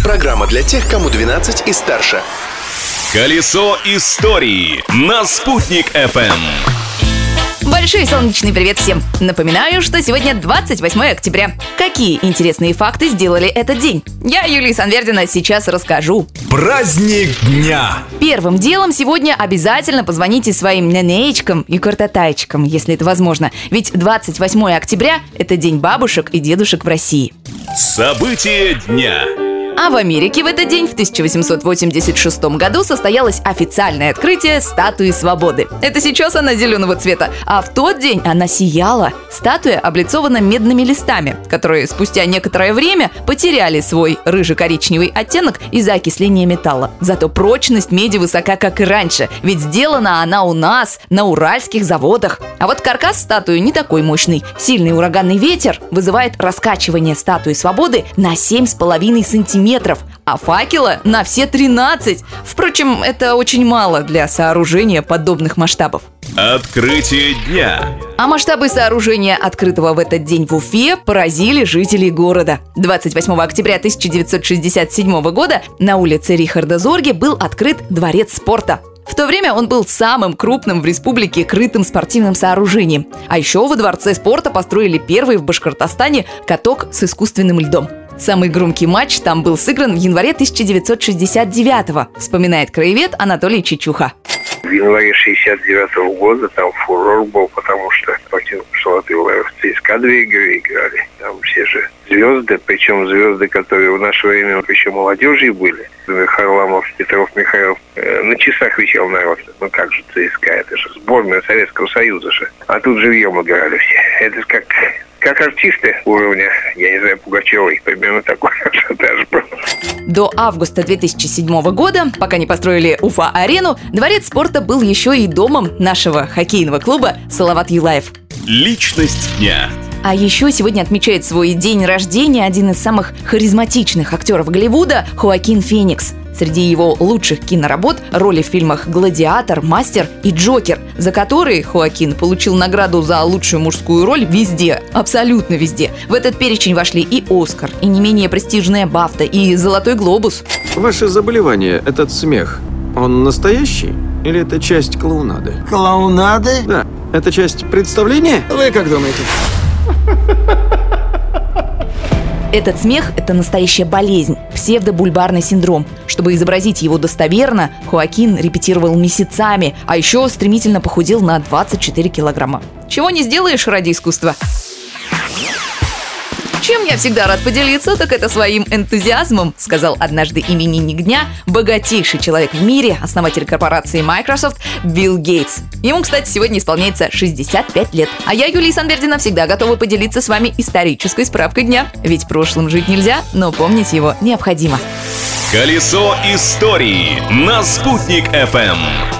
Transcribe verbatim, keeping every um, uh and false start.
Программа для тех, кому двенадцать и старше. Колесо истории на Спутник эф эм. Большой солнечный привет всем! Напоминаю, что сегодня двадцать восьмое октября. Какие интересные факты сделали этот день? Я, Юлия Санвердина, сейчас расскажу. Праздник дня! Первым делом сегодня обязательно позвоните своим нянеечкам и картотайчикам, если это возможно. Ведь двадцать восьмое октября – это день бабушек и дедушек в России. События дня. А в Америке в этот день, в тысяча восемьсот восемьдесят шестом году, состоялось официальное открытие статуи свободы. Это сейчас она зеленого цвета, а в тот день она сияла. Статуя облицована медными листами, которые спустя некоторое время потеряли свой рыже-коричневый оттенок из-за окисления металла. Зато прочность меди высока, как и раньше, ведь сделана она у нас, на уральских заводах. А вот каркас статуи не такой мощный. Сильный ураганный ветер вызывает раскачивание статуи свободы на семь с половиной сантиметров. метров, а факела на все тринадцать. Впрочем, это очень мало для сооружения подобных масштабов. Открытие дня. А масштабы сооружения, открытого в этот день в Уфе, поразили жителей города. двадцать восьмого октября тысяча девятьсот шестьдесят седьмого года на улице Рихарда Зорге был открыт дворец спорта. В то время он был самым крупным в республике крытым спортивным сооружением. А еще во дворце спорта построили первый в Башкортостане каток с искусственным льдом. Самый громкий матч там был сыгран в январе тысяча девятьсот шестьдесят девятого, вспоминает краевед Анатолий Чичуха. В январе шестьдесят девятого года там фурор был, потому что против Салават Юлаев в ЦСКА две игры играли. Там все же звезды, причем звезды, которые в наше время еще молодежи были. Харламов, Петров, Михайлов. Э, на часах висел народ. Ну как же ЦСКА, это же сборная Советского Союза же. А тут живьем играли все. Это как... Как артисты уровня, я не знаю, Пугачевой, примерно такой ажиотаж был. До августа две тысячи седьмого года, пока не построили Уфа-арену, дворец спорта был еще и домом нашего хоккейного клуба «Салават Юлаев». Личность дня. А еще сегодня отмечает свой день рождения один из самых харизматичных актеров Голливуда – Хоакин Феникс. Среди его лучших киноработ – роли в фильмах «Гладиатор», «Мастер» и «Джокер», за которые Хоакин получил награду за лучшую мужскую роль везде, абсолютно везде. В этот перечень вошли и «Оскар», и не менее престижная «Бафта», и «Золотой глобус». Ваше заболевание, этот смех, он настоящий или это часть клоунады? Клоунады? Да. Это часть представления? Вы как думаете? Этот смех – это настоящая болезнь – псевдобульбарный синдром. Чтобы изобразить его достоверно, Хоакин репетировал месяцами, а еще стремительно похудел на двадцать четыре килограмма. Чего не сделаешь ради искусства. Чем я всегда рад поделиться, так это своим энтузиазмом, сказал однажды именинник дня богатейший человек в мире, основатель корпорации Microsoft Билл Гейтс. Ему, кстати, сегодня исполняется шестьдесят пять лет. А я, Юлия Санвердина, всегда готова поделиться с вами исторической справкой дня. Ведь прошлым жить нельзя, но помнить его необходимо. Колесо истории на Спутник эф эм.